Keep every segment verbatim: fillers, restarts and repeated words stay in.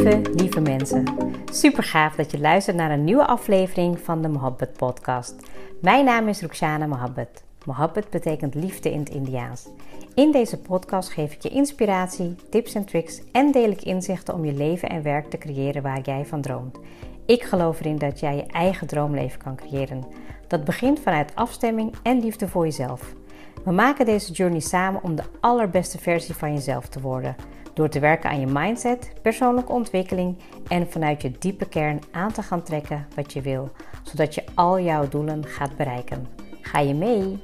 Lieve, lieve mensen. Super gaaf dat je luistert naar een nieuwe aflevering van de Mohabbat podcast. Mijn naam is Rukhsana Mohabbat. Mohabbat betekent liefde in het Indiaans. In deze podcast geef ik je inspiratie, tips en tricks en deel ik inzichten om je leven en werk te creëren waar jij van droomt. Ik geloof erin dat jij je eigen droomleven kan creëren. Dat begint vanuit afstemming en liefde voor jezelf. We maken deze journey samen om de allerbeste versie van jezelf te worden. Door te werken aan je mindset, persoonlijke ontwikkeling en vanuit je diepe kern aan te gaan trekken wat je wil. Zodat je al jouw doelen gaat bereiken. Ga je mee?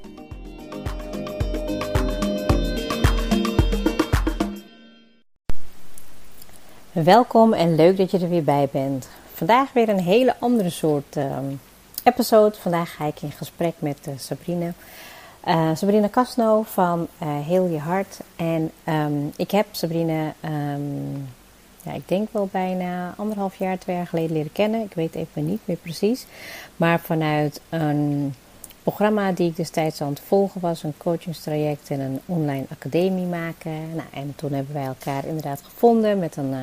Welkom en leuk dat je er weer bij bent. Vandaag weer een hele andere soort uh, episode. Vandaag ga ik in gesprek met uh, Sabrina. Uh, Sabrina Casno van uh, Heel Je Hart. En um, ik heb Sabrina, um, ja, ik denk wel bijna anderhalf jaar, twee jaar geleden leren kennen. Ik weet even niet meer precies. Maar vanuit een programma die ik destijds aan het volgen was. Een coachingstraject en een online academie maken. Nou, en toen hebben wij elkaar inderdaad gevonden met een... Uh,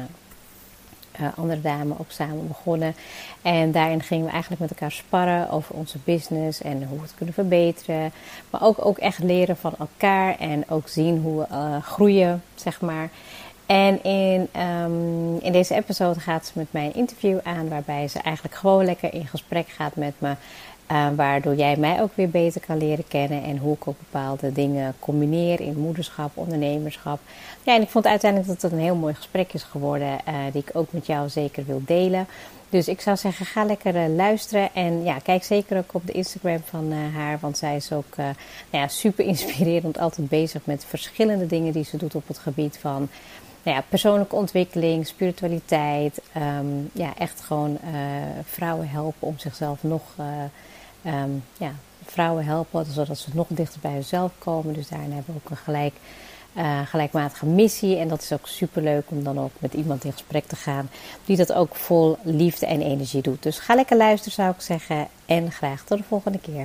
Uh, andere dame ook samen begonnen. En daarin gingen we eigenlijk met elkaar sparren over onze business en hoe we het kunnen verbeteren. Maar ook, ook echt leren van elkaar en ook zien hoe we uh, groeien, zeg maar. En in, um, in deze episode gaat ze met mij een interview aan, waarbij ze eigenlijk gewoon lekker in gesprek gaat met me. Uh, waardoor jij mij ook weer beter kan leren kennen en hoe ik ook bepaalde dingen combineer in moederschap, ondernemerschap. Ja, en ik vond uiteindelijk dat het een heel mooi gesprek is geworden, uh, die ik ook met jou zeker wil delen. Dus ik zou zeggen, ga lekker uh, luisteren en ja, kijk zeker ook op de Instagram van uh, haar, want zij is ook uh, nou ja, super inspirerend, altijd bezig met verschillende dingen die ze doet op het gebied van nou ja, persoonlijke ontwikkeling, spiritualiteit. Um, ja, echt gewoon uh, vrouwen helpen om zichzelf nog... Uh, Um, ja, vrouwen helpen zodat ze nog dichter bij hunzelf komen. Dus daarin hebben we ook een gelijk, uh, gelijkmatige missie. En dat is ook superleuk om dan ook met iemand in gesprek te gaan die dat ook vol liefde en energie doet. Dus ga lekker luisteren, zou ik zeggen. En graag tot de volgende keer.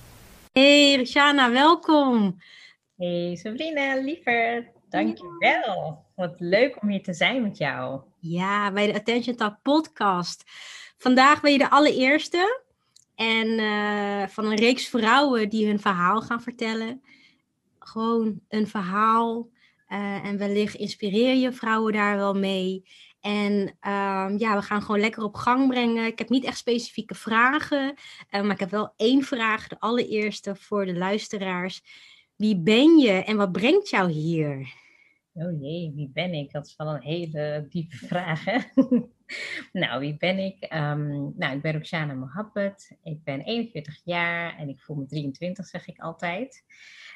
Hey Rukhsana, welkom. Hey Sabrina, liever. Dankjewel. Wat leuk om hier te zijn met jou. Ja, bij de Attention Talk podcast. Vandaag ben je de allereerste. En uh, van een reeks vrouwen die hun verhaal gaan vertellen. Gewoon een verhaal. Uh, en wellicht inspireer je vrouwen daar wel mee. En uh, ja, we gaan gewoon lekker op gang brengen. Ik heb niet echt specifieke vragen. Uh, maar ik heb wel één vraag. De allereerste voor de luisteraars. Wie ben je en wat brengt jou hier? Oh jee, wie ben ik? Dat is wel een hele diepe vraag, hè? Nou, wie ben ik? Um, nou, ik ben Rukhsana Mohabbat. Ik ben eenenveertig jaar en ik voel me drieëntwintig, zeg ik altijd.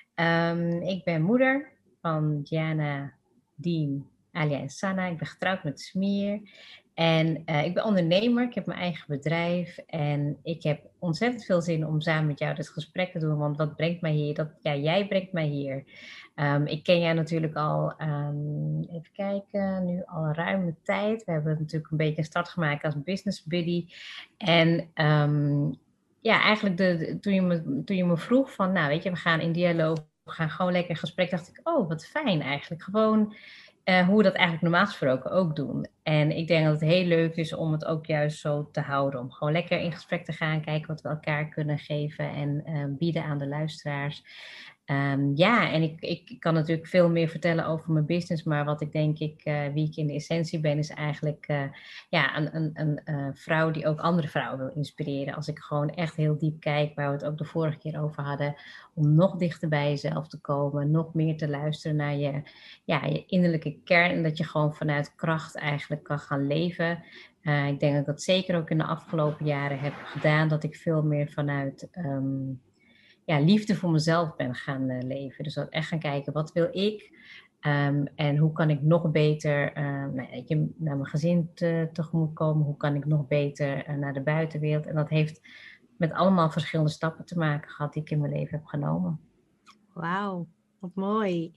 Um, ik ben moeder van Diana, Dien, Alia en Sanna. Ik ben getrouwd met Smier. En uh, ik ben ondernemer. Ik heb mijn eigen bedrijf. En ik heb ontzettend veel zin om samen met jou dit gesprek te doen. Want wat brengt mij hier? Dat, ja, jij brengt mij hier. Um, ik ken jou natuurlijk al, um, even kijken, nu al een ruime tijd. We hebben natuurlijk een beetje een start gemaakt als business buddy. En um, ja, eigenlijk de, de, toen, je me, toen je me vroeg van, nou weet je, we gaan in dialoog, we gaan gewoon lekker in gesprek. Dacht ik, oh wat fijn eigenlijk. Gewoon uh, hoe we dat eigenlijk normaal gesproken ook doen. En ik denk dat het heel leuk is om het ook juist zo te houden. Om gewoon lekker in gesprek te gaan, kijken wat we elkaar kunnen geven en uh, bieden aan de luisteraars. Um, ja, en ik, ik kan natuurlijk veel meer vertellen over mijn business, maar wat ik denk ik, uh, wie ik in de essentie ben, is eigenlijk uh, ja, een, een, een uh, vrouw die ook andere vrouwen wil inspireren. Als ik gewoon echt heel diep kijk, waar we het ook de vorige keer over hadden, om nog dichter bij jezelf te komen, nog meer te luisteren naar je, ja, je innerlijke kern en dat je gewoon vanuit kracht eigenlijk kan gaan leven. Uh, ik denk dat ik dat zeker ook in de afgelopen jaren heb gedaan, dat ik veel meer vanuit... Um, ja, liefde voor mezelf ben gaan uh, leven. Dus dat echt gaan kijken, wat wil ik? Um, en hoe kan ik nog beter uh, nou, weet je, naar mijn gezin te, tegemoet komen? Hoe kan ik nog beter uh, naar de buitenwereld? En dat heeft met allemaal verschillende stappen te maken gehad die ik in mijn leven heb genomen. Wauw, wat mooi.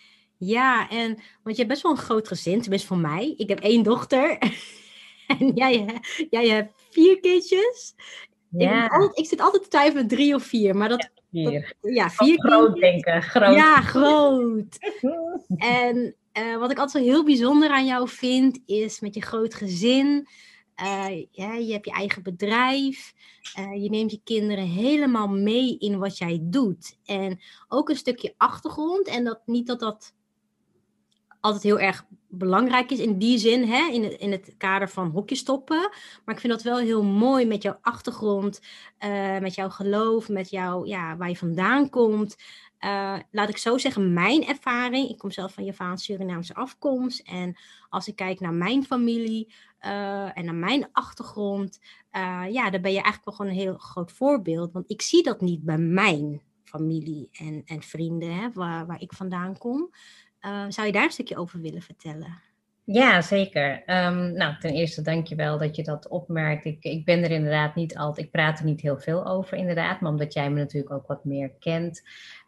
Ja, en want je hebt best wel een groot gezin, tenminste voor mij. Ik heb één dochter en jij, jij hebt vier kindjes. Ja. Ik, altijd, ik zit altijd te twijfelen met drie of vier, maar dat... Ja, vier. Dat, ja, vier groot kindjes. denken, groot. Ja, groot. En Uh, wat ik altijd zo heel bijzonder aan jou vind, is met je groot gezin. Uh, ja, je hebt je eigen bedrijf. Uh, je neemt je kinderen helemaal mee in wat jij doet. En ook een stukje achtergrond. En dat niet dat dat altijd heel erg belangrijk is in die zin, hè, in, het, in het kader van hokjes stoppen. Maar ik vind dat wel heel mooi met jouw achtergrond, uh, met jouw geloof, met jouw, ja, waar je vandaan komt. Uh, laat ik zo zeggen, mijn ervaring. Ik kom zelf van Javaans-Surinaamse afkomst. En als ik kijk naar mijn familie uh, en naar mijn achtergrond, uh, ja, dan ben je eigenlijk wel gewoon een heel groot voorbeeld. Want ik zie dat niet bij mijn familie en, en vrienden, hè, waar, waar ik vandaan kom. Uh, zou je daar een stukje over willen vertellen? Ja, zeker. Um, nou, ten eerste dank je wel dat je dat opmerkt. Ik, ik ben er inderdaad niet altijd, ik praat er niet heel veel over inderdaad, maar omdat jij me natuurlijk ook wat meer kent,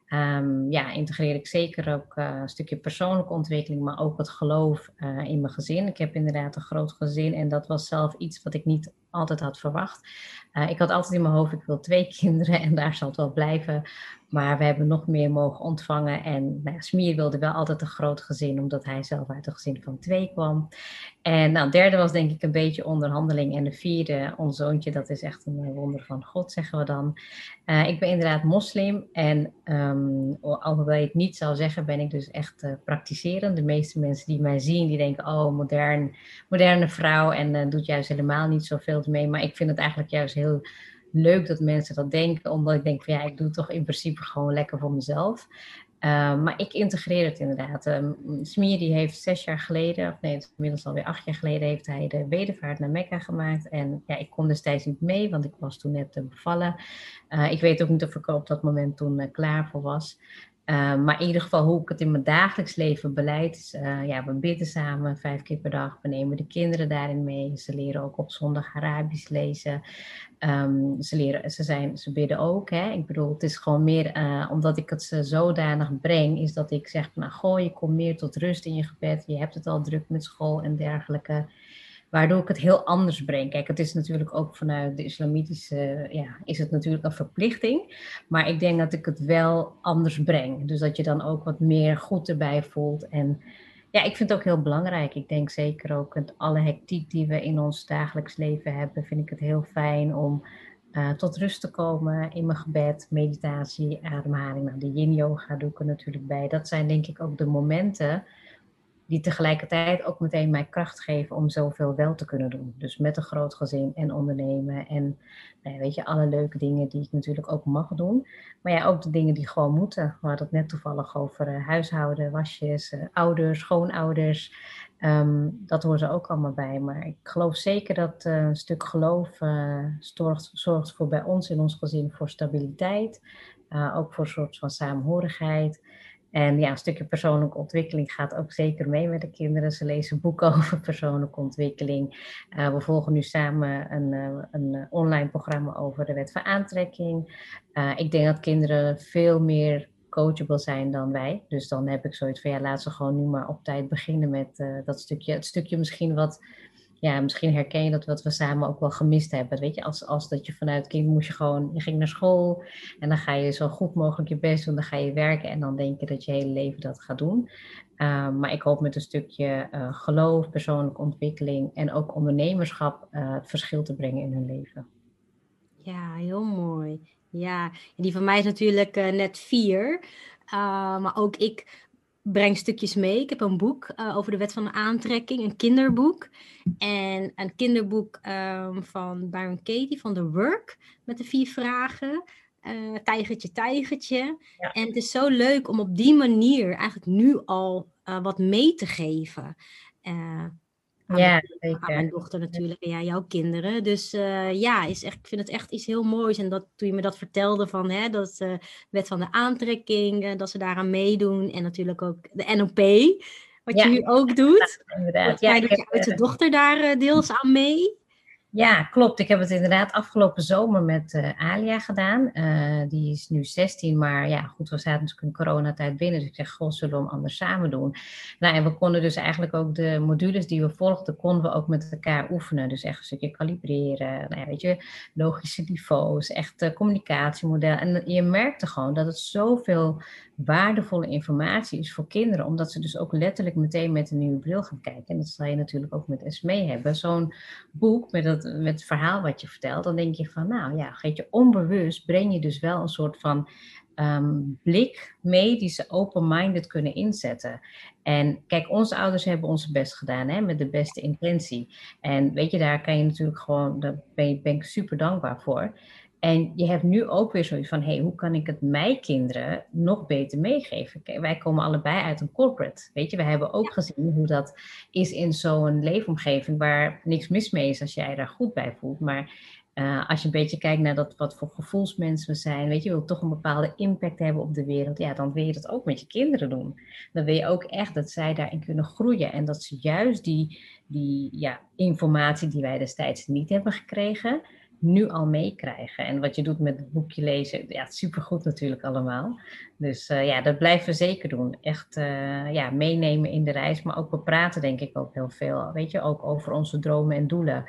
um, ja, integreer ik zeker ook uh, een stukje persoonlijke ontwikkeling, maar ook het geloof uh, in mijn gezin. Ik heb inderdaad een groot gezin en dat was zelf iets wat ik niet altijd had verwacht. Uh, ik had altijd in mijn hoofd, ik wil twee kinderen en daar zal het wel blijven. Maar we hebben nog meer mogen ontvangen. En nou, Smier wilde wel altijd een groot gezin, omdat hij zelf uit een gezin van twee kwam. En nou, het derde was denk ik een beetje onderhandeling. En de vierde, ons zoontje, dat is echt een wonder van God, zeggen we dan. Uh, ik ben inderdaad moslim. En um, alhoewel je het niet zou zeggen, ben ik dus echt uh, praktiserend. De meeste mensen die mij zien, die denken, oh, modern, moderne vrouw. En uh, doet juist helemaal niet zoveel mee. Maar ik vind het eigenlijk juist heel leuk dat mensen dat denken, omdat ik denk van ja, ik doe het toch in principe gewoon lekker voor mezelf. Uh, maar ik integreer het inderdaad. Um, Smier die heeft zes jaar geleden, of nee, inmiddels alweer acht jaar geleden, heeft hij de bedevaart naar Mekka gemaakt. En ja, ik kon destijds niet mee, want ik was toen net uh, bevallen. Uh, ik weet ook niet of ik er op dat moment toen uh, klaar voor was. Uh, maar in ieder geval hoe ik het in mijn dagelijks leven beleid is, uh, ja, we bidden samen vijf keer per dag. We nemen de kinderen daarin mee. Ze leren ook op zondag Arabisch lezen. Um, ze, leren, ze, zijn, ze bidden ook. Hè? Ik bedoel, het is gewoon meer, uh, omdat ik het ze zodanig breng, is dat ik zeg, nou goh, je komt meer tot rust in je gebed. Je hebt het al druk met school en dergelijke. Waardoor ik het heel anders breng. Kijk, het is natuurlijk ook vanuit de islamitische, ja, is het natuurlijk een verplichting. Maar ik denk dat ik het wel anders breng. Dus dat je dan ook wat meer goed erbij voelt. En ja, ik vind het ook heel belangrijk. Ik denk zeker ook met alle hectiek die we in ons dagelijks leven hebben, vind ik het heel fijn om uh, tot rust te komen in mijn gebed, meditatie, ademhaling. Nou, de yin yoga doe ik er natuurlijk bij. Dat zijn denk ik ook de momenten die tegelijkertijd ook meteen mij kracht geven om zoveel wel te kunnen doen. Dus met een groot gezin en ondernemen en nou ja, weet je, alle leuke dingen die ik natuurlijk ook mag doen. Maar ja, ook de dingen die gewoon moeten. We hadden het net toevallig over uh, huishouden, wasjes, uh, ouders, schoonouders. Um, dat horen ze ook allemaal bij. Maar ik geloof zeker dat uh, een stuk geloof uh, zorgt, zorgt voor bij ons in ons gezin voor stabiliteit. Uh, ook voor een soort van saamhorigheid. En ja, een stukje persoonlijke ontwikkeling gaat ook zeker mee met de kinderen. Ze lezen boeken over persoonlijke ontwikkeling. Uh, we volgen nu samen een, uh, een online programma over de wet van aantrekking. Uh, ik denk dat kinderen veel meer coachable zijn dan wij. Dus dan heb ik zoiets van, ja, laten ze gewoon nu maar op tijd beginnen met uh, dat stukje. Het stukje misschien wat, ja, misschien herken je dat wat we samen ook wel gemist hebben. Weet je, als, als dat je vanuit kind moest je gewoon, je ging naar school en dan ga je zo goed mogelijk je best doen, dan ga je werken en dan denk je dat je hele leven dat gaat doen. Uh, maar ik hoop met een stukje uh, geloof, persoonlijke ontwikkeling en ook ondernemerschap uh, het verschil te brengen in hun leven. Ja, heel mooi. Ja, en die van mij is natuurlijk uh, net vier, uh, maar ook ik breng stukjes mee. Ik heb een boek uh, over de wet van de aantrekking, een kinderboek. En een kinderboek um, van Byron Katie van The Work, met de vier vragen. Uh, tijgertje, tijgertje. Ja. En het is zo leuk om op die manier eigenlijk nu al uh, wat mee te geven. Uh, Aan, ja, mijn, aan mijn dochter natuurlijk en ja, jouw kinderen. Dus uh, ja, is echt, ik vind het echt iets heel moois. En dat, toen je me dat vertelde van hè, dat uh, wet van de aantrekking, uh, dat ze daaraan meedoen. En natuurlijk ook de N L P, wat ja. je nu ook doet. Ja, inderdaad. Ja, doet je oudste dochter daar uh, deels aan mee. Ja, klopt. Ik heb het inderdaad afgelopen zomer met uh, Alia gedaan. Uh, die is nu zestien, maar ja, goed, we zaten natuurlijk in coronatijd binnen. Dus ik zeg, goh, zullen we hem anders samen doen? Nou, en we konden dus eigenlijk ook de modules die we volgden, konden we ook met elkaar oefenen. Dus echt een stukje kalibreren, nou ja, weet je, logische niveaus, echt uh, communicatiemodel. En je merkte gewoon dat het zoveel waardevolle informatie is voor kinderen, omdat ze dus ook letterlijk meteen met een nieuwe bril gaan kijken. En dat zal je natuurlijk ook met Esmee hebben. Zo'n boek met, dat, met het verhaal wat je vertelt, dan denk je van, nou ja, weet je, onbewust breng je dus wel een soort van um, blik mee die ze open-minded kunnen inzetten. En kijk, onze ouders hebben ons best gedaan, hè, met de beste intentie. En weet je, daar kan je natuurlijk gewoon, daar ben, je, ben ik super dankbaar voor. En je hebt nu ook weer zoiets van, hey, hoe kan ik het mijn kinderen nog beter meegeven? Kijk, wij komen allebei uit een corporate, weet je. We hebben ook gezien hoe dat is in zo'n leefomgeving waar niks mis mee is als jij daar goed bij voelt. Maar uh, als je een beetje kijkt naar dat, wat voor gevoelsmensen we zijn, weet je, je wil toch een bepaalde impact hebben op de wereld, ja, dan wil je dat ook met je kinderen doen. Dan wil je ook echt dat zij daarin kunnen groeien en dat ze juist die, die ja, informatie die wij destijds niet hebben gekregen, nu al meekrijgen. En wat je doet met het boekje lezen, ja, supergoed natuurlijk allemaal. Dus uh, ja, dat blijven we zeker doen. Echt uh, ja, meenemen in de reis, maar ook we praten denk ik ook heel veel, weet je, ook over onze dromen en doelen.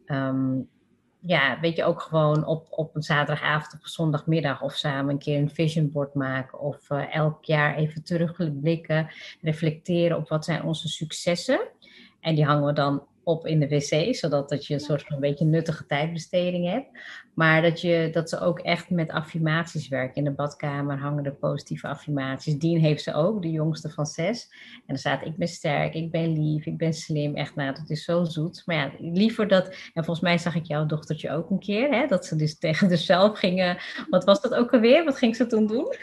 Um, ja, weet je, ook gewoon op, op een zaterdagavond of zondagmiddag of samen een keer een vision board maken of uh, elk jaar even terugblikken, reflecteren op wat zijn onze successen. En die hangen we dan op in de wc, zodat dat je een soort van een beetje nuttige tijdbesteding hebt. Maar dat, je, dat ze ook echt met affirmaties werken. In de badkamer hangen er positieve affirmaties. Dien heeft ze ook, de jongste van zes. En dan staat, ik ben sterk, ik ben lief, ik ben slim. Echt, nou, dat is zo zoet. Maar ja, liever dat... En volgens mij zag ik jouw dochtertje ook een keer, hè, dat ze dus tegen zichzelf gingen... Wat was dat ook alweer? Wat ging ze toen doen?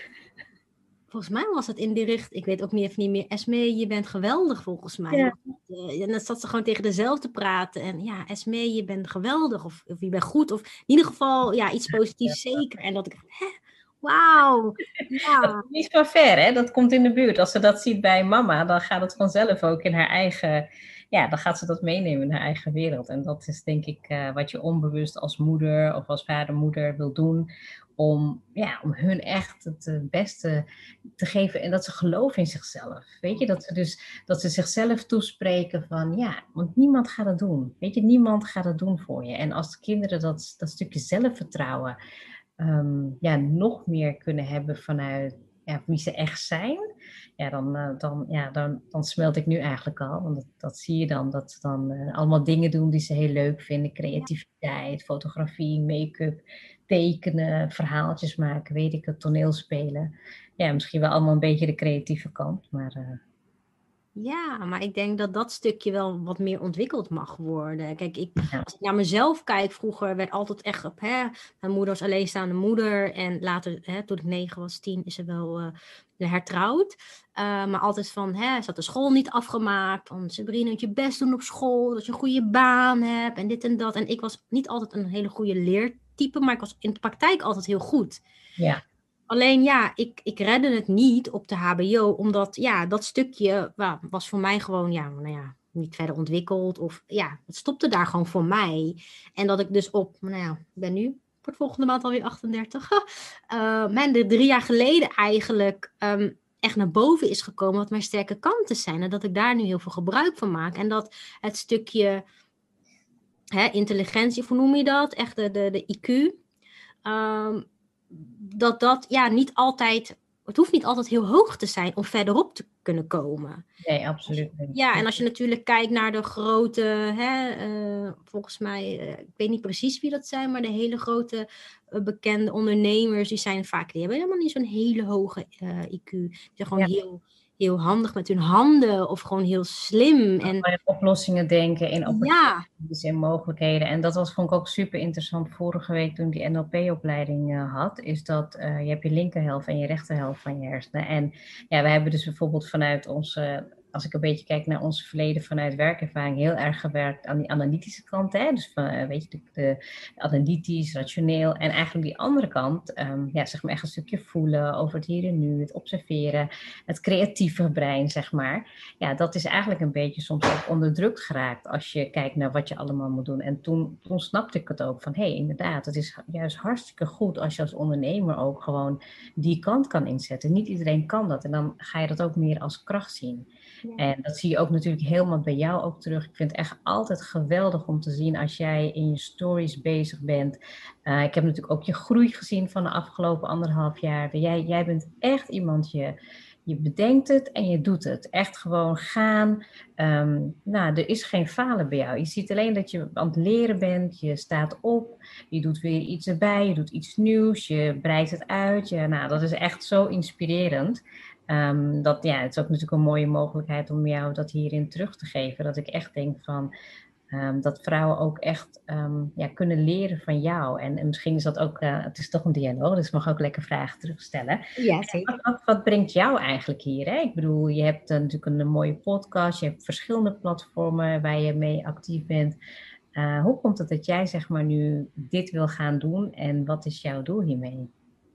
Volgens mij was het in die richting, ik weet ook niet even niet meer, Esmee, je bent geweldig volgens mij. Ja. En dan zat ze gewoon tegen dezelfde te praten. En ja, Esmee, je bent geweldig. Of, of je bent goed. Of in ieder geval, ja, iets positiefs ja. Zeker. En dat ik, hè, wauw. Ja. Dat komt niet van ver, hè? Dat komt in de buurt. Als ze dat ziet bij mama, dan gaat het vanzelf ook in haar eigen... Ja, dan gaat ze dat meenemen in haar eigen wereld. En dat is denk ik uh, wat je onbewust als moeder of als vader, moeder wil doen... Om, ja, om hun echt het beste te geven en dat ze geloven in zichzelf. Weet je, dat ze dus dat ze zichzelf toespreken van ja, want niemand gaat het doen. Weet je, niemand gaat het doen voor je. En als de kinderen dat, dat stukje zelfvertrouwen um, ja, nog meer kunnen hebben vanuit ja, wie ze echt zijn, ja, dan, uh, dan, ja, dan, dan smelt ik nu eigenlijk al. Want dat, dat zie je dan, dat ze dan uh, allemaal dingen doen die ze heel leuk vinden. Creativiteit, fotografie, make-up, tekenen, verhaaltjes maken, weet ik het, toneelspelen. Ja, misschien wel allemaal een beetje de creatieve kant, maar... Uh... Ja, maar ik denk dat dat stukje wel wat meer ontwikkeld mag worden. Kijk, ik, als ik naar mezelf kijk, vroeger werd altijd echt op, hè, mijn moeder was alleenstaande moeder en later, hè, toen ik negen was, tien, is ze wel uh, hertrouwd. Uh, maar altijd van, hè, ze had de school niet afgemaakt, van Sabrina, moet je best doen op school, dat je een goede baan hebt en dit en dat. En ik was niet altijd een hele goede leertype, maar ik was in de praktijk altijd heel goed. Ja. Alleen ja, ik, ik redde het niet op de H B O, omdat ja, dat stukje well, was voor mij gewoon ja, nou ja, niet verder ontwikkeld. Of ja, het stopte daar gewoon voor mij. En dat ik dus op, nou ja, ik ben nu voor de volgende maand alweer achtendertig. uh, men er drie jaar geleden eigenlijk um, echt naar boven is gekomen wat mijn sterke kanten zijn. En dat ik daar nu heel veel gebruik van maak. En dat het stukje hè, intelligentie, hoe noem je dat? Echt de, de, de I Q... Um, dat dat ja niet altijd, het hoeft niet altijd heel hoog te zijn om verderop te kunnen komen. Nee, absoluut niet. Ja, en als je natuurlijk kijkt naar de grote, hè, uh, volgens mij, uh, ik weet niet precies wie dat zijn, maar de hele grote uh, bekende ondernemers, die zijn vaak, die hebben helemaal niet zo'n hele hoge uh, I Q. Die zijn gewoon ja. heel, heel handig met hun handen of gewoon heel slim. En in oplossingen denken, in opportunities ja. en mogelijkheden. En dat was, vond ik ook super interessant vorige week toen ik die N L P-opleiding uh, had, is dat uh, je hebt je linkerhelft en je rechterhelft van je hersenen. En ja, we hebben dus bijvoorbeeld vanuit onze... Als ik een beetje kijk naar ons verleden vanuit werkervaring, heel erg gewerkt aan die analytische kant. Hè? Dus van, weet je, de, de analytisch, rationeel. En eigenlijk die andere kant, um, ja, zeg maar echt een stukje voelen over het hier en nu, het observeren, het creatieve brein, zeg maar. Ja, dat is eigenlijk een beetje soms ook onderdrukt geraakt als je kijkt naar wat je allemaal moet doen. En toen, toen snapte ik het ook van, hé, hey, inderdaad, het is juist hartstikke goed als je als ondernemer ook gewoon die kant kan inzetten. Niet iedereen kan dat en dan ga je dat ook meer als kracht zien. Ja. En dat zie je ook natuurlijk helemaal bij jou ook terug. Ik vind het echt altijd geweldig om te zien als jij in je stories bezig bent. Uh, ik heb natuurlijk ook je groei gezien van de afgelopen anderhalf jaar. Jij, jij bent echt iemand, je, je bedenkt het en je doet het. Echt gewoon gaan. Um, nou, er is geen falen bij jou. Je ziet alleen dat je aan het leren bent. Je staat op. Je doet weer iets erbij. Je doet iets nieuws. Je breidt het uit. Je, nou, dat is echt zo inspirerend. Um, dat, ja, het is ook natuurlijk een mooie mogelijkheid om jou dat hierin terug te geven. Dat ik echt denk van... Um, dat vrouwen ook echt um, ja, kunnen leren van jou. En, en misschien is dat ook, uh, het is toch een dialoog, dus ik mag ook lekker vragen terugstellen. Ja, zeker. Wat, wat, wat brengt jou eigenlijk hier? Hè? Ik bedoel, je hebt uh, natuurlijk een, een mooie podcast, je hebt verschillende platformen waar je mee actief bent. Uh, hoe komt het dat jij zeg maar nu dit wil gaan doen en wat is jouw doel hiermee?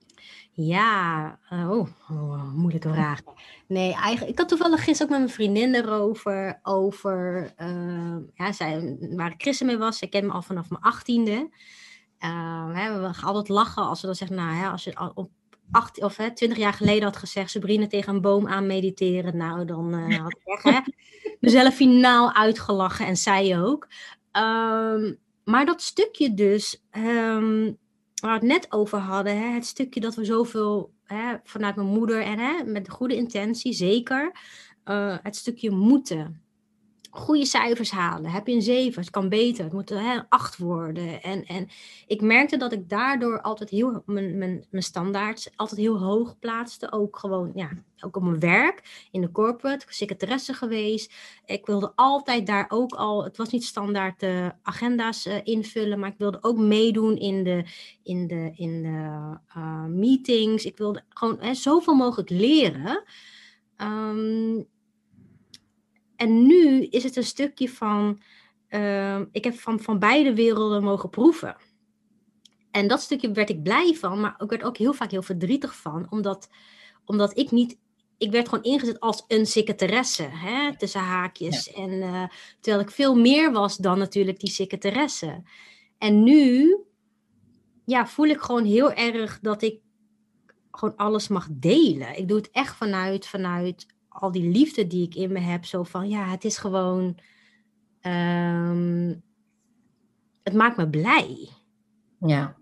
Ja, uh, oh, oh, moeilijke vraag. Nee, eigenlijk, ik had toevallig gisteren ook met mijn vriendin erover, over, uh, ja, zij, waar ik christen mee was. Zij kent me al vanaf mijn achttiende. Uh, hè, we gaan altijd lachen als ze dan zeggen, nou, hè, als je op acht, of hè, twintig jaar geleden had gezegd, Sabrina tegen een boom aan mediteren, nou, dan uh, had ik echt, hè, mezelf finaal uitgelachen en zij ook. Um, maar dat stukje dus... Um, waar we het net over hadden, hè, het stukje dat we zoveel hè, vanuit mijn moeder en hè, met de goede intentie, zeker, uh, het stukje moeten. Goede cijfers halen. Heb je een zeven? Het kan beter. Het moet hè, een acht worden. En, en ik merkte dat ik daardoor altijd heel mijn, mijn, mijn standaards altijd heel hoog plaatste. Ook gewoon, ja, ook op mijn werk. In de corporate, secretaresse geweest. Ik wilde altijd daar ook al, het was niet standaard de agenda's uh, invullen, maar ik wilde ook meedoen in de, in de, in de uh, meetings. Ik wilde gewoon hè, zoveel mogelijk leren. Um, En nu is het een stukje van... Uh, ik heb van, van beide werelden mogen proeven. En dat stukje werd ik blij van. Maar ik werd ook heel vaak heel verdrietig van. Omdat, omdat ik niet... Ik werd gewoon ingezet als een secretaresse. Hè, tussen haakjes. Ja. En, uh, terwijl ik veel meer was dan natuurlijk die secretaresse. En nu... Ja, voel ik gewoon heel erg dat ik... gewoon alles mag delen. Ik doe het echt vanuit... vanuit al die liefde die ik in me heb, zo van, ja, het is gewoon, um, het maakt me blij. Ja.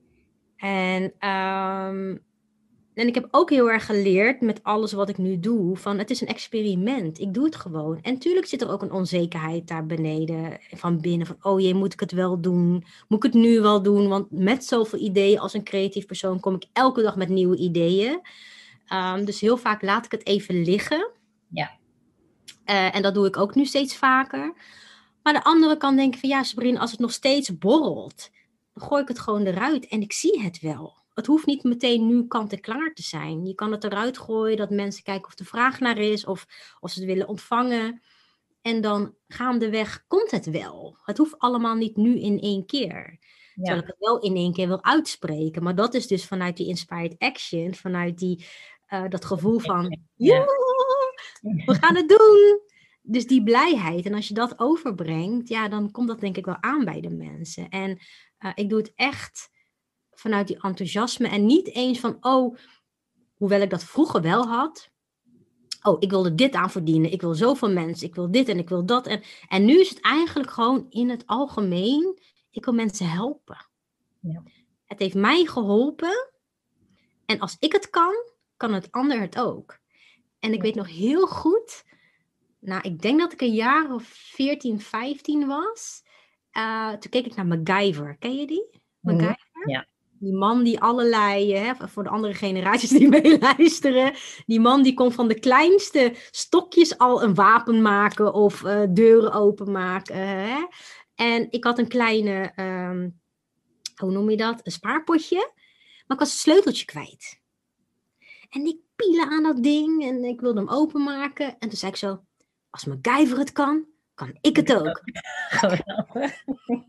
En, um, en ik heb ook heel erg geleerd met alles wat ik nu doe, van het is een experiment. Ik doe het gewoon. En natuurlijk zit er ook een onzekerheid daar beneden, van binnen, van, oh jee, moet ik het wel doen? Moet ik het nu wel doen? Want met zoveel ideeën als een creatief persoon kom ik elke dag met nieuwe ideeën. Um, dus heel vaak laat ik het even liggen. Ja. Uh, en dat doe ik ook nu steeds vaker. Maar de andere kan denken van ja, Sabrina, als het nog steeds borrelt, dan gooi ik het gewoon eruit en ik zie het wel. Het hoeft niet meteen nu kant-en-klaar te zijn. Je kan het eruit gooien, dat mensen kijken of de vraag naar is, of, of ze het willen ontvangen. En dan gaandeweg komt het wel. Het hoeft allemaal niet nu in één keer. Ja. Terwijl ik het wel in één keer wil uitspreken. Maar dat is dus vanuit die inspired action, vanuit die, uh, dat gevoel van... Ja. We gaan het doen. Dus die blijheid. En als je dat overbrengt, ja, dan komt dat denk ik wel aan bij de mensen. En uh, ik doe het echt vanuit die enthousiasme. En niet eens van, oh, hoewel ik dat vroeger wel had. Oh, ik wil er dit aan verdienen. Ik wil zoveel mensen. Ik wil dit en ik wil dat. En, en nu is het eigenlijk gewoon in het algemeen. Ik wil mensen helpen. Ja. Het heeft mij geholpen. En als ik het kan, kan het ander het ook. En ik weet nog heel goed, nou, ik denk dat ik een jaar of veertien, vijftien was. Uh, toen keek ik naar MacGyver. Ken je die? MacGyver? Ja. Die man die allerlei, hè, voor de andere generaties die meeluisteren. Die man die kon van de kleinste stokjes al een wapen maken of uh, deuren openmaken. Uh, hè. En ik had een kleine, um, hoe noem je dat? Een spaarpotje. Maar ik was het sleuteltje kwijt. En ik pielen aan dat ding en ik wilde hem openmaken. En toen zei ik zo, als MacGyver het kan, kan ik het ook. Geweldig.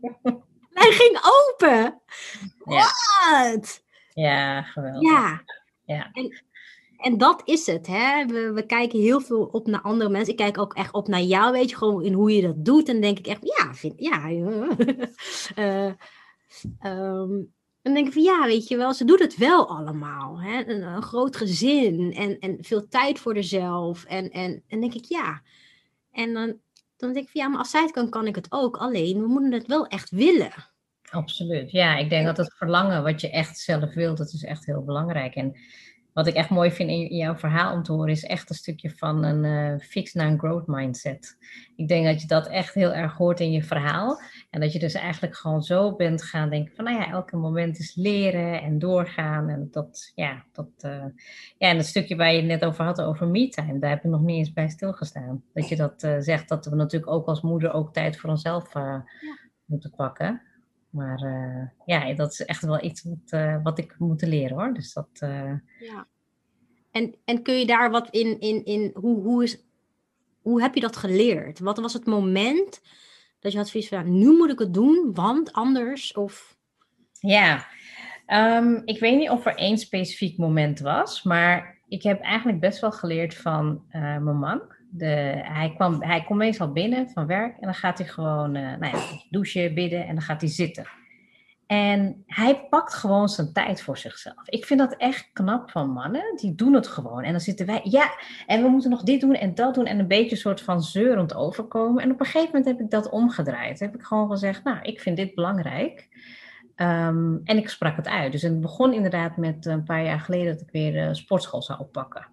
Hij ging open. Ja. Wat? Ja, geweldig. Ja. Ja. En, en dat is het. Hè? We, we kijken heel veel op naar andere mensen. Ik kijk ook echt op naar jou, weet je, gewoon in hoe je dat doet. En denk ik echt, ja, vind, ja. uh, um, dan denk ik van ja, weet je wel, ze doet het wel allemaal. Hè? Een, een groot gezin en, en veel tijd voor haarzelf. En, en, en denk ik ja. En dan, dan denk ik van ja, maar als zij het kan, kan ik het ook. Alleen, we moeten het wel echt willen. Absoluut. Ja, ik denk dat het verlangen wat je echt zelf wilt, dat is echt heel belangrijk. En wat ik echt mooi vind in, in jouw verhaal om te horen, is echt een stukje van een uh, fix naar een growth mindset. Ik denk dat je dat echt heel erg hoort in je verhaal. En dat je dus eigenlijk gewoon zo bent gaan denken van, nou ja, elke moment is leren en doorgaan. En dat, ja, dat, uh, ja, en het stukje waar je het net over had, over me-time, daar heb ik nog niet eens bij stilgestaan. Dat je dat uh, zegt, dat we natuurlijk ook als moeder ook tijd voor onszelf uh, Ja. moeten pakken. Maar uh, ja, dat is echt wel iets wat, uh, wat ik moet leren hoor. Dus dat... Uh... Ja. En, en kun je daar wat in... in, in hoe, hoe, is, hoe heb je dat geleerd? Wat was het moment dat je had zoiets van... nu moet ik het doen, want anders of... Ja, um, ik weet niet of er één specifiek moment was. Maar ik heb eigenlijk best wel geleerd van uh, mijn man. De, hij, kwam, hij komt meestal binnen van werk. En dan gaat hij gewoon uh, nou ja, douchen, bidden en dan gaat hij zitten. En hij pakt gewoon zijn tijd voor zichzelf. Ik vind dat echt knap van mannen. Die doen het gewoon. En dan zitten wij, ja, en we moeten nog dit doen en dat doen. En een beetje een soort van zeurend overkomen. En op een gegeven moment heb ik dat omgedraaid. Heb ik gewoon gezegd, nou, ik vind dit belangrijk. Um, en ik sprak het uit. Dus het begon inderdaad met een paar jaar geleden dat ik weer de sportschool zou oppakken.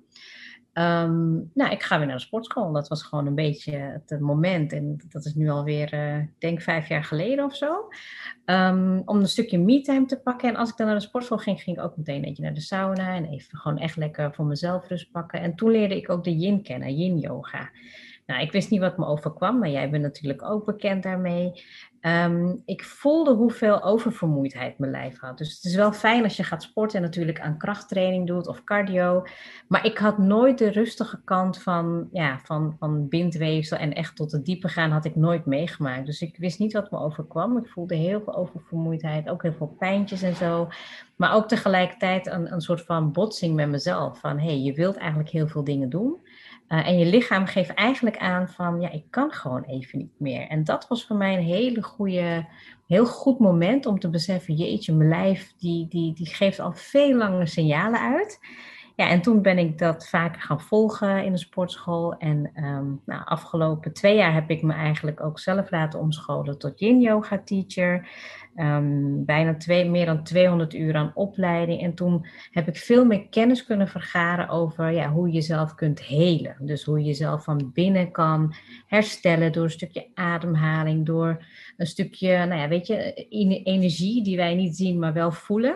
Um, nou, ik ga weer naar de sportschool. Dat was gewoon een beetje het moment. En dat is nu alweer, uh, denk vijf jaar geleden of zo. Um, om een stukje me-time te pakken. En als ik dan naar de sportschool ging, ging ik ook meteen een beetje naar de sauna. En even gewoon echt lekker voor mezelf rust pakken. En toen leerde ik ook de yin kennen, yin yoga. Nou, ik wist niet wat me overkwam, maar jij bent natuurlijk ook bekend daarmee. Um, ik voelde hoeveel oververmoeidheid mijn lijf had. Dus het is wel fijn als je gaat sporten en natuurlijk aan krachttraining doet of cardio. Maar ik had nooit de rustige kant van, ja, van, van bindweefsel en echt tot het diepe gaan had ik nooit meegemaakt. Dus ik wist niet wat me overkwam. Ik voelde heel veel oververmoeidheid, ook heel veel pijntjes en zo. Maar ook tegelijkertijd een, een soort van botsing met mezelf. Van, hé, hey, je wilt eigenlijk heel veel dingen doen. Uh, en je lichaam geeft eigenlijk aan van, ja, ik kan gewoon even niet meer. En dat was voor mij een hele goede, heel goed moment om te beseffen, jeetje, mijn lijf, die, die, die geeft al veel langer signalen uit. Ja, en toen ben ik dat vaker gaan volgen in de sportschool. En um, nou, afgelopen twee jaar heb ik me eigenlijk ook zelf laten omscholen tot yin yoga teacher. Um, bijna twee, meer dan tweehonderd uur aan opleiding. En toen heb ik veel meer kennis kunnen vergaren over ja, hoe je jezelf kunt helen. Dus hoe je jezelf van binnen kan herstellen door een stukje ademhaling, door een stukje, nou ja, weet je, energie die wij niet zien, maar wel voelen.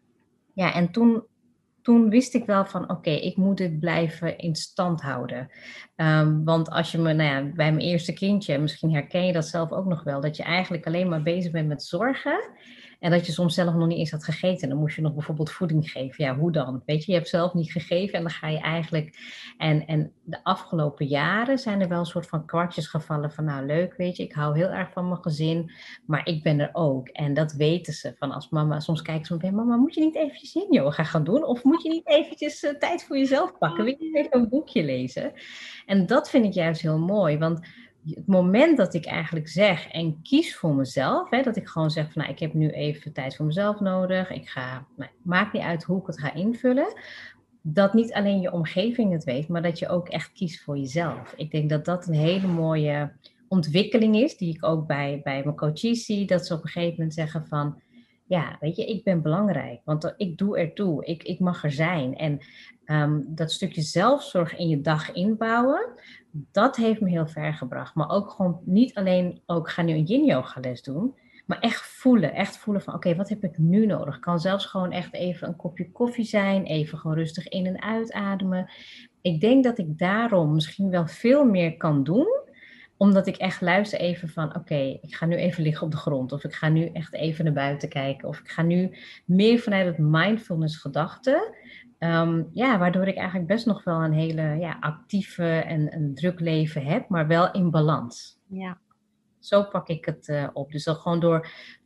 Ja, en toen... Toen wist ik wel van, oké, okay, ik moet dit blijven in stand houden. Um, want als je me, nou ja, bij mijn eerste kindje, misschien herken je dat zelf ook nog wel, dat je eigenlijk alleen maar bezig bent met zorgen. En dat je soms zelf nog niet eens had gegeten. Dan moest je nog bijvoorbeeld voeding geven. Ja, hoe dan? Weet je, je hebt zelf niet gegeven en dan ga je eigenlijk... En, en de afgelopen jaren zijn er wel een soort van kwartjes gevallen van, nou leuk, weet je, ik hou heel erg van mijn gezin, maar ik ben er ook. En dat weten ze van als mama, soms kijken ze me, mama, moet je niet eventjes yin yoga gaan doen? Of moet je niet eventjes uh, tijd voor jezelf pakken? Wil je niet even een boekje lezen? En dat vind ik juist heel mooi, want het moment dat ik eigenlijk zeg en kies voor mezelf, hè, dat ik gewoon zeg van, nou, ik heb nu even tijd voor mezelf nodig, ik ga, nou, maakt niet uit hoe ik het ga invullen, dat niet alleen je omgeving het weet, maar dat je ook echt kiest voor jezelf. Ik denk dat dat een hele mooie ontwikkeling is, die ik ook bij, bij mijn coaches zie, dat ze op een gegeven moment zeggen van, ja, weet je, ik ben belangrijk, want ik doe ertoe, ik, ik mag er zijn. En um, dat stukje zelfzorg in je dag inbouwen, dat heeft me heel ver gebracht. Maar ook gewoon niet alleen, ook ga nu een yin yoga les doen, maar echt voelen, echt voelen van, oké, okay, wat heb ik nu nodig? Kan zelfs gewoon echt even een kopje koffie zijn, even gewoon rustig in- en uitademen. Ik denk dat ik daarom misschien wel veel meer kan doen, omdat ik echt luister even van, oké, okay, ik ga nu even liggen op de grond, of ik ga nu echt even naar buiten kijken, of ik ga nu meer vanuit het mindfulness gedachte, um, ja, waardoor ik eigenlijk best nog wel een hele ja, actieve en een druk leven heb, maar wel in balans. Ja. Zo pak ik het uh, op. Dus dan gewoon door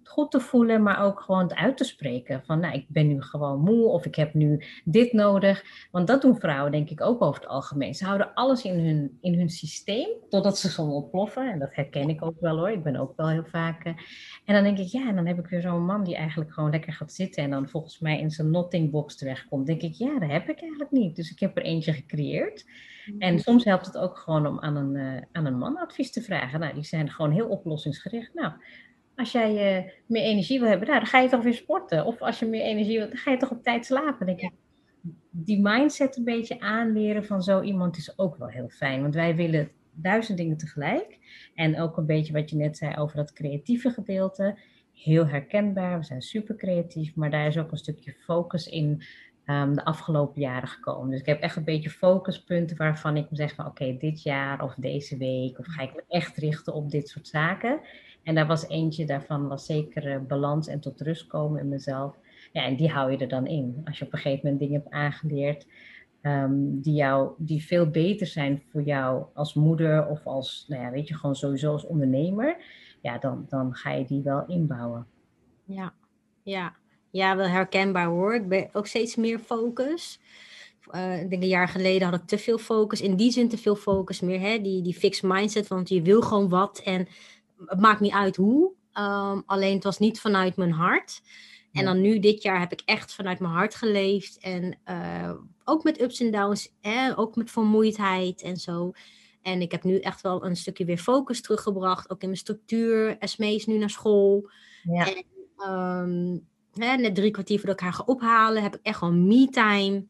goed te voelen, maar ook gewoon het uit te spreken. Van, nou, ik ben nu gewoon moe of ik heb nu dit nodig. Want dat doen vrouwen denk ik ook over het algemeen. Ze houden alles in hun, in hun systeem, totdat ze gewoon ontploffen. En dat herken ik ook wel hoor. Ik ben ook wel heel vaak... Uh, en dan denk ik, ja, en dan heb ik weer zo'n man die eigenlijk gewoon lekker gaat zitten en dan volgens mij in zijn nottingbox terechtkomt. Denk ik, ja, dat heb ik eigenlijk niet. Dus ik heb er eentje gecreëerd. En soms helpt het ook gewoon om aan een, uh, aan een man advies te vragen. Nou, die zijn gewoon heel oplossingsgericht. Nou, als jij uh, meer energie wil hebben, nou, dan ga je toch weer sporten. Of als je meer energie wil, dan ga je toch op tijd slapen. Denk ik. Die mindset een beetje aanleren van zo iemand is ook wel heel fijn. Want wij willen duizend dingen tegelijk. En ook een beetje wat je net zei over dat creatieve gedeelte. Heel herkenbaar, we zijn super creatief. Maar daar is ook een stukje focus in um, de afgelopen jaren gekomen. Dus ik heb echt een beetje focuspunten waarvan ik zeg van oké, okay, dit jaar of deze week. Of ga ik me echt richten op dit soort zaken. En daar was eentje daarvan was zeker uh, balans en tot rust komen in mezelf. Ja, en die hou je er dan in. Als je op een gegeven moment dingen hebt aangeleerd um, die, jou, die veel beter zijn voor jou als moeder of als, nou ja, weet je, gewoon sowieso als ondernemer. Ja, dan, dan ga je die wel inbouwen. Ja, ja. Ja, wel herkenbaar hoor. Ik ben ook steeds meer focus. Uh, ik denk een jaar geleden had ik te veel focus. In die zin te veel focus meer. Hè? Die, die fixed mindset, want je wil gewoon wat en het maakt niet uit hoe. Um, alleen het was niet vanuit mijn hart. En dan nu dit jaar heb ik echt vanuit mijn hart geleefd. En uh, ook met ups en downs. Hè? Ook met vermoeidheid en zo. En ik heb nu echt wel een stukje weer focus teruggebracht. Ook in mijn structuur. Esmee is nu naar school. Ja. En um, hè, net drie kwartier voordat ik haar ga ophalen. Heb ik echt gewoon me-time.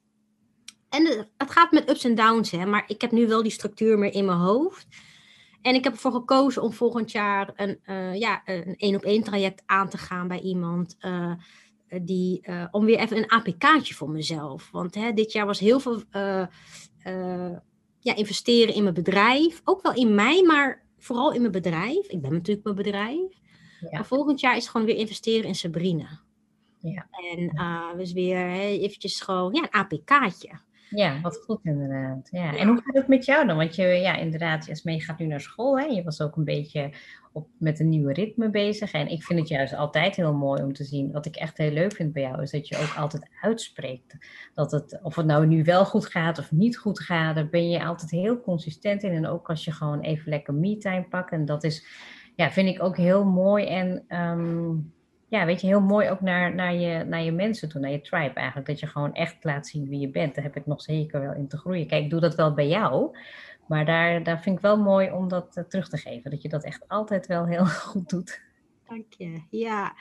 En het gaat met ups en downs. Hè? Maar ik heb nu wel die structuur meer in mijn hoofd. En ik heb ervoor gekozen om volgend jaar een uh, ja, een één-op-één traject aan te gaan bij iemand. Uh, die, uh, om weer even een A P K'tje voor mezelf. Want hè, dit jaar was heel veel uh, uh, ja, investeren in mijn bedrijf. Ook wel in mij, maar vooral in mijn bedrijf. Ik ben natuurlijk mijn bedrijf. Ja. Maar volgend jaar is het gewoon weer investeren in Sabrina. Ja. En uh, dus weer hè, eventjes gewoon ja, een A P K'tje. Ja, wat goed inderdaad. Ja. Ja. En hoe gaat het met jou dan? Want je, ja, inderdaad, Esmee gaat nu naar school. Hè? Je was ook een beetje op, met een nieuwe ritme bezig. En ik vind het juist altijd heel mooi om te zien. Wat ik echt heel leuk vind bij jou, is dat je ook altijd uitspreekt. Dat het, of het nou nu wel goed gaat of niet goed gaat, daar ben je altijd heel consistent in. En ook als je gewoon even lekker me-time pakt. En dat is, ja, vind ik ook heel mooi en... Um, ja, weet je, heel mooi ook naar, naar, je, naar je mensen toe, naar je tribe eigenlijk. Dat je gewoon echt laat zien wie je bent. Daar heb ik nog zeker wel in te groeien. Kijk, ik doe dat wel bij jou. Maar daar, daar vind ik wel mooi om dat uh, terug te geven. Dat je dat echt altijd wel heel goed doet. Dank je, ja.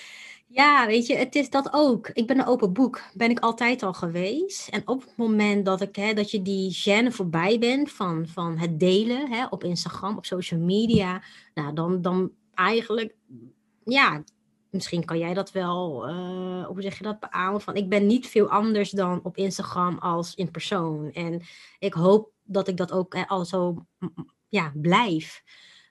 Ja, weet je, het is dat ook. Ik ben een open boek. Ben ik altijd al geweest. En op het moment dat, ik, hè, dat je die gêne voorbij bent van, van het delen hè, op Instagram, op social media. Nou, dan, dan eigenlijk, ja... Misschien kan jij dat wel, uh, hoe zeg je dat, beamen? Van, ik ben niet veel anders dan op Instagram als in persoon. En ik hoop dat ik dat ook al zo ja, blijf.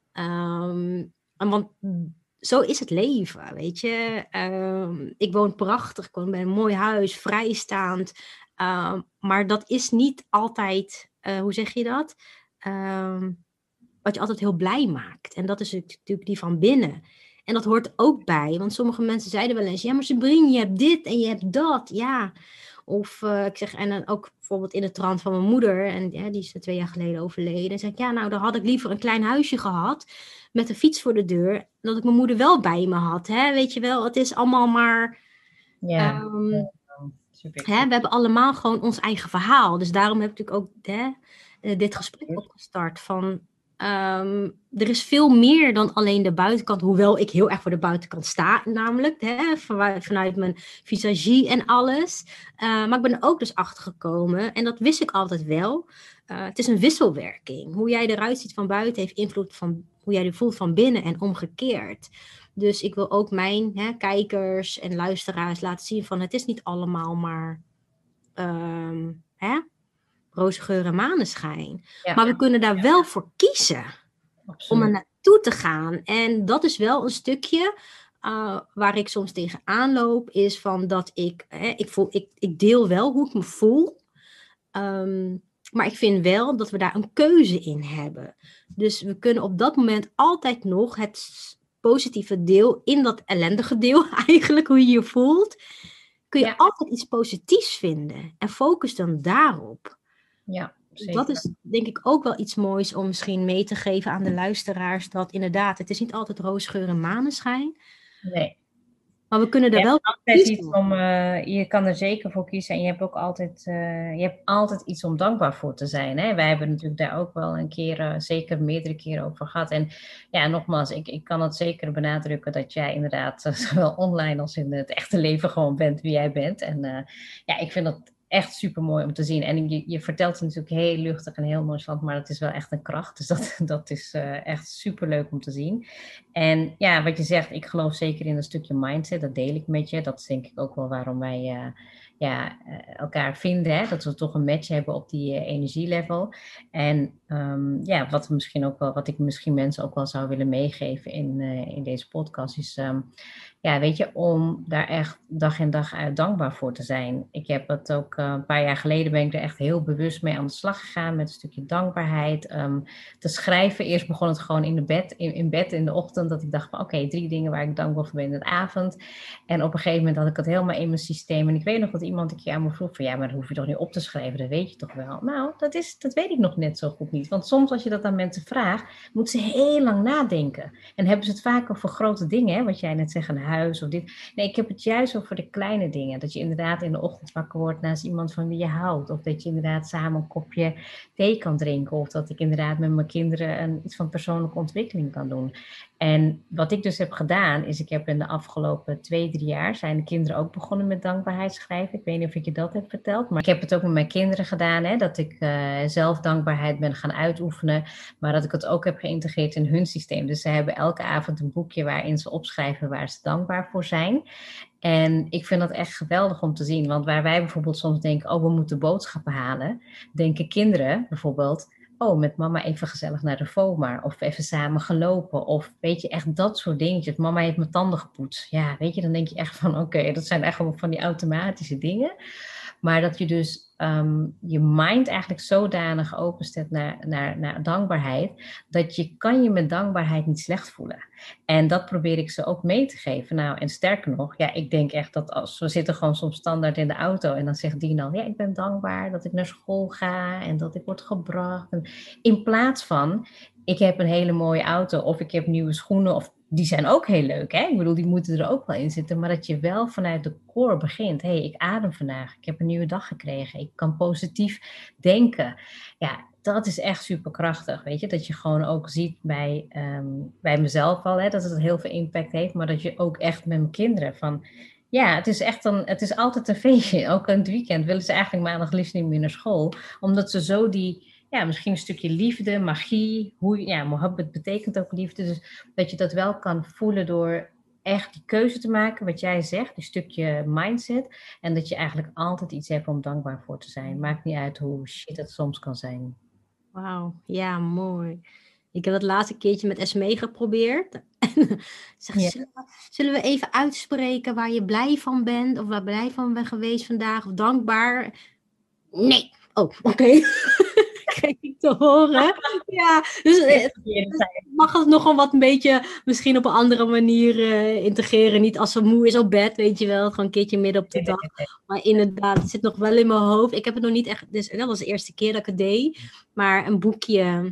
Um, want zo is het leven, weet je. Um, ik woon prachtig, ik woon bij een mooi huis, vrijstaand. Um, maar dat is niet altijd, uh, hoe zeg je dat? Um, wat je altijd heel blij maakt. En dat is natuurlijk die van binnen. En dat hoort ook bij, want sommige mensen zeiden wel eens... ja, maar Sabrina, je hebt dit en je hebt dat, ja. Of uh, ik zeg, en dan ook bijvoorbeeld in de trant van mijn moeder... en ja, die is twee jaar geleden overleden. En zeg ik, ja, nou, dan had ik liever een klein huisje gehad... met een fiets voor de deur, dat ik mijn moeder wel bij me had. Hè? Weet je wel, het is allemaal maar... Ja, um, ja, hè, we hebben allemaal gewoon ons eigen verhaal. Dus daarom heb ik natuurlijk ook hè, dit gesprek opgestart van... Um, er is veel meer dan alleen de buitenkant, hoewel ik heel erg voor de buitenkant sta, namelijk hè, vanuit, vanuit mijn visagie en alles. Uh, maar ik ben er ook dus achter gekomen en dat wist ik altijd wel. Uh, het is een wisselwerking. Hoe jij eruit ziet van buiten heeft invloed van hoe jij je voelt van binnen en omgekeerd. Dus ik wil ook mijn hè, kijkers en luisteraars laten zien van het is niet allemaal maar... Um, hè? roze geur en maneschijn. Ja. Maar we kunnen daar wel voor kiezen. Absoluut. Om er naartoe te gaan. En dat is wel een stukje uh, waar ik soms tegenaan loop. Is van dat ik, hè, ik, voel, ik, ik deel wel hoe ik me voel. Um, maar ik vind wel dat we daar een keuze in hebben. Dus we kunnen op dat moment altijd nog het positieve deel in dat ellendige deel eigenlijk, hoe je je voelt, kun je Ja. altijd iets positiefs vinden. En focus dan daarop. Ja, zeker. Dat is denk ik ook wel iets moois om misschien mee te geven aan de luisteraars. Dat inderdaad, het is niet altijd roosgeur en maneschijn. Nee. Maar we kunnen er Je wel hebt altijd kiezen. iets om, uh, je kan er zeker voor kiezen en je hebt ook altijd, uh, je hebt altijd iets om dankbaar voor te zijn. Hè? Wij hebben natuurlijk daar ook wel een keer, uh, zeker meerdere keren over gehad. En ja, nogmaals, ik, ik kan het zeker benadrukken dat jij inderdaad, uh, zowel online als in het echte leven gewoon bent wie jij bent. En uh, ja, ik vind dat echt super mooi om te zien. En je, je vertelt het natuurlijk heel luchtig en heel nonchalant, maar het is wel echt een kracht. Dus dat, dat is uh, echt super leuk om te zien. En ja, wat je zegt, ik geloof zeker in een stukje mindset. Dat deel ik met je. Dat is denk ik ook wel waarom wij uh, ja, uh, elkaar vinden. Hè? Dat we toch een match hebben op die uh, energielevel. En um, ja, wat, misschien ook wel, wat ik misschien mensen ook wel zou willen meegeven in, uh, in deze podcast is... Um, Ja, weet je, om daar echt dag in dag uit dankbaar voor te zijn. Ik heb het ook uh, een paar jaar geleden ben ik er echt heel bewust mee aan de slag gegaan met een stukje dankbaarheid. Um, te schrijven, eerst begon het gewoon in, de bed, in, in bed in de ochtend, dat ik dacht van oké, okay, drie dingen waar ik dankbaar voor ben in de avond. En op een gegeven moment had ik het helemaal in mijn systeem. En ik weet nog dat iemand een keer aan me vroeg van ja, maar dat hoef je toch niet op te schrijven, dat weet je toch wel. Nou, dat, is, dat weet ik nog net zo goed niet. Want soms als je dat aan mensen vraagt, moeten ze heel lang nadenken. En hebben ze het vaak over grote dingen, hè, wat jij net zegt, een huis of dit. Nee, ik heb het juist over de kleine dingen. Dat je inderdaad in de ochtend wakker wordt naast iemand van wie je houdt. Of dat je inderdaad samen een kopje thee kan drinken. Of dat ik inderdaad met mijn kinderen een, iets van persoonlijke ontwikkeling kan doen. En wat ik dus heb gedaan, is ik heb in de afgelopen twee, drie jaar zijn de kinderen ook begonnen met dankbaarheid schrijven. Ik weet niet of ik je dat heb verteld, maar ik heb het ook met mijn kinderen gedaan. Hè, dat ik uh, zelf dankbaarheid ben gaan uitoefenen, maar dat ik het ook heb geïntegreerd in hun systeem. Dus ze hebben elke avond een boekje waarin ze opschrijven waar ze dankbaar voor zijn. En ik vind dat echt geweldig om te zien, want waar wij bijvoorbeeld soms denken, oh, we moeten boodschappen halen, denken kinderen bijvoorbeeld, oh, met mama even gezellig naar de FOMA. Of even samen gelopen. Of weet je, echt dat soort dingetjes. Mama heeft mijn tanden gepoetst. Ja, weet je, dan denk je echt van oké, okay, dat zijn echt gewoon van die automatische dingen. Maar dat je dus um, je mind eigenlijk zodanig openstelt naar, naar, naar dankbaarheid, dat je kan je met dankbaarheid niet slecht voelen. En dat probeer ik ze ook mee te geven. Nou, en sterker nog, ja, ik denk echt dat als we zitten gewoon soms standaard in de auto en dan zegt die dan, ja, ik ben dankbaar dat ik naar school ga en dat ik word gebracht. En in plaats van, ik heb een hele mooie auto of ik heb nieuwe schoenen of die zijn ook heel leuk, hè? Ik bedoel, die moeten er ook wel in zitten. Maar dat je wel vanuit de core begint. Hé, hey, ik adem vandaag. Ik heb een nieuwe dag gekregen. Ik kan positief denken. Ja, dat is echt superkrachtig, weet je. Dat je gewoon ook ziet bij, um, bij mezelf al, hè, dat het heel veel impact heeft. Maar dat je ook echt met mijn kinderen van... Ja, het is echt een, het is altijd een feestje. Ook in het weekend willen ze eigenlijk maandag liefst niet meer naar school. Omdat ze zo die... Ja, misschien een stukje liefde, magie. Hoe, ja, mohabbat betekent ook liefde. Dus dat je dat wel kan voelen door echt die keuze te maken. Wat jij zegt, een stukje mindset. En dat je eigenlijk altijd iets hebt om dankbaar voor te zijn. Maakt niet uit hoe shit het soms kan zijn. Wauw, ja, mooi. Ik heb het laatste keertje met Esmee geprobeerd. zeg, ja. zullen, we, zullen we even uitspreken waar je blij van bent? Of waar blij van bent geweest vandaag? Of dankbaar? Nee. Oh, oké. Okay. Kreeg ik te horen. Ja, dus het mag het nog wel wat een beetje misschien op een andere manier uh, integreren. Niet als ze moe is op bed, weet je wel. Gewoon een keertje midden op de dag. Maar inderdaad, het zit nog wel in mijn hoofd. Ik heb het nog niet echt... Dus dat was de eerste keer dat ik het deed. Maar een boekje.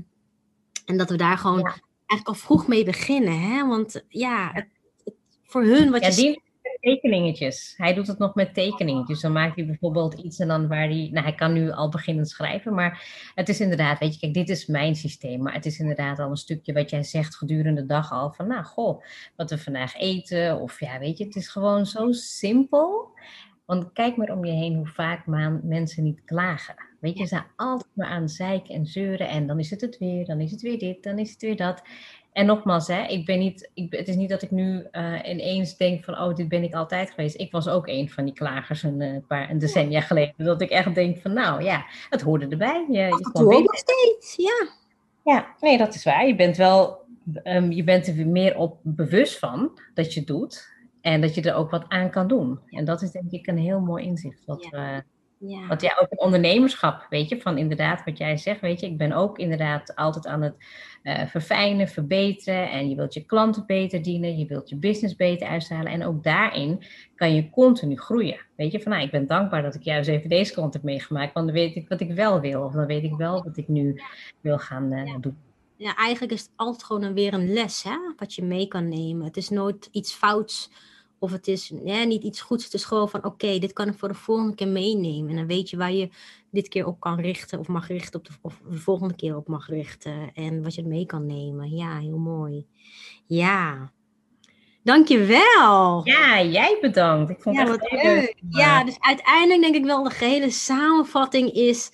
En dat we daar gewoon ja. eigenlijk al vroeg mee beginnen. Hè? Want ja, het, het, voor hun wat ja, je... Die... tekeningetjes. Hij doet het nog met tekeningetjes. Dan maakt hij bijvoorbeeld iets en dan waar hij... Nou, hij kan nu al beginnen schrijven, maar het is inderdaad, weet je, kijk, dit is mijn systeem, maar het is inderdaad al een stukje wat jij zegt gedurende de dag al van, nou, goh, wat we vandaag eten, of ja, weet je, het is gewoon zo simpel. Want kijk maar om je heen hoe vaak man, mensen niet klagen. Weet je, ze zijn altijd maar aan zeiken en zeuren en dan is het het weer, dan is het weer dit, dan is het weer dat. En nogmaals, hè, ik ben niet, ik, het is niet dat ik nu uh, ineens denk van, oh, dit ben ik altijd geweest. Ik was ook een van die klagers een, uh, paar een decennia geleden. Dat ik echt denk van, nou ja, het hoorde erbij. Je, je Af ook nog steeds, ja. Ja, nee, dat is waar. Je bent wel, um, je bent er meer op bewust van dat je het doet. En dat je er ook wat aan kan doen. En dat is denk ik een heel mooi inzicht. Wat ja. we Ja. Want ja, ook in ondernemerschap, weet je, van inderdaad wat jij zegt, weet je, ik ben ook inderdaad altijd aan het uh, verfijnen, verbeteren en je wilt je klanten beter dienen, je wilt je business beter uitstralen en ook daarin kan je continu groeien. Weet je, van nou, ik ben dankbaar dat ik juist even deze kant heb meegemaakt, want dan weet ik wat ik wel wil of dan weet ik wel wat ik nu wil gaan uh, ja. doen. Ja, eigenlijk is het altijd gewoon een, weer een les, hè, wat je mee kan nemen. Het is nooit iets fouts of het is ja, niet iets goeds. Het is gewoon van, oké, okay, dit kan ik voor de volgende keer meenemen. En dan weet je waar je dit keer op kan richten of mag richten op de, of de volgende keer op mag richten. En wat je mee kan nemen. Ja, heel mooi. Ja, dankjewel. Ja, jij bedankt. Ik vond ja, het wat echt leuk. leuk. Ja, dus uiteindelijk denk ik wel de gehele samenvatting is...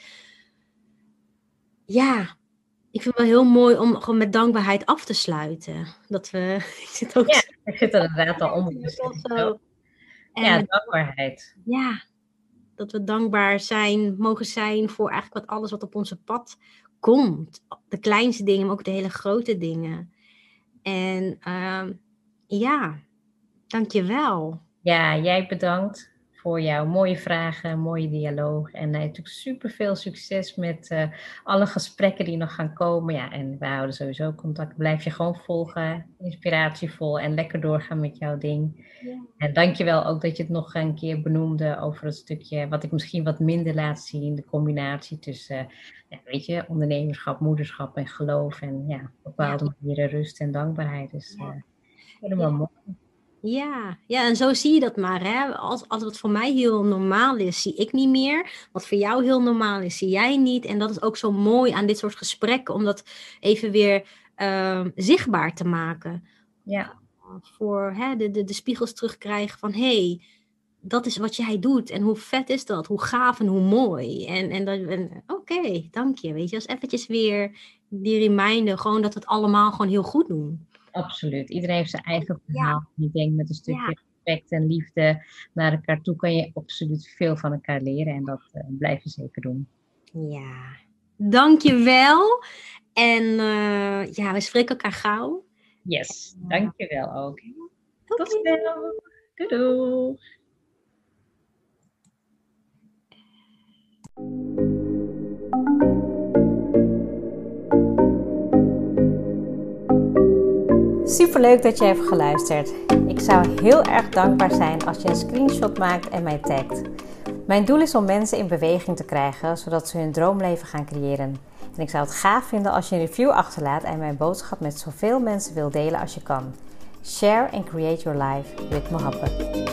Ja... Ik vind het wel heel mooi om gewoon met dankbaarheid af te sluiten. Dat we... Ik zit ook ja, zo... ik zit er inderdaad al onder. Ja, en, dankbaarheid. Ja, dat we dankbaar zijn, mogen zijn voor eigenlijk wat alles wat op onze pad komt. De kleinste dingen, maar ook de hele grote dingen. En uh, ja, dankjewel. Ja, jij bedankt voor jouw mooie vragen, mooie dialoog. En uh, natuurlijk super veel succes met uh, alle gesprekken die nog gaan komen. Ja, en we houden sowieso contact. Blijf je gewoon volgen, inspiratievol en lekker doorgaan met jouw ding. Ja. En dankjewel ook dat je het nog een keer benoemde over het stukje wat ik misschien wat minder laat zien. De combinatie tussen, uh, ja, weet je, ondernemerschap, moederschap en geloof. En ja, op bepaalde ja. manieren rust en dankbaarheid. Dus uh, helemaal ja. mooi. Ja, ja, en zo zie je dat maar. Hè? Als, als wat voor mij heel normaal is, zie ik niet meer. Wat voor jou heel normaal is, zie jij niet. En dat is ook zo mooi aan dit soort gesprekken, om dat even weer uh, zichtbaar te maken. Ja. Voor hè, de, de, de spiegels terugkrijgen van, hé, hey, dat is wat jij doet. En hoe vet is dat? Hoe gaaf en hoe mooi. En, en, en oké, okay, dank je. Weet je, als eventjes weer die reminder, gewoon dat we het allemaal gewoon heel goed doen. Absoluut. Iedereen heeft zijn eigen verhaal. Ja. Ik denk met een stukje ja. respect en liefde naar elkaar toe kan je absoluut veel van elkaar leren. En dat uh, blijf je zeker doen. Ja, dankjewel. En uh, ja, we spreken elkaar gauw. Yes, dankjewel ook. Okay. Tot snel. Doei doei. Superleuk dat je hebt geluisterd. Ik zou heel erg dankbaar zijn als je een screenshot maakt en mij tagt. Mijn doel is om mensen in beweging te krijgen, zodat ze hun droomleven gaan creëren. En ik zou het gaaf vinden als je een review achterlaat en mijn boodschap met zoveel mensen wil delen als je kan. Share and create your life with Mohabbat.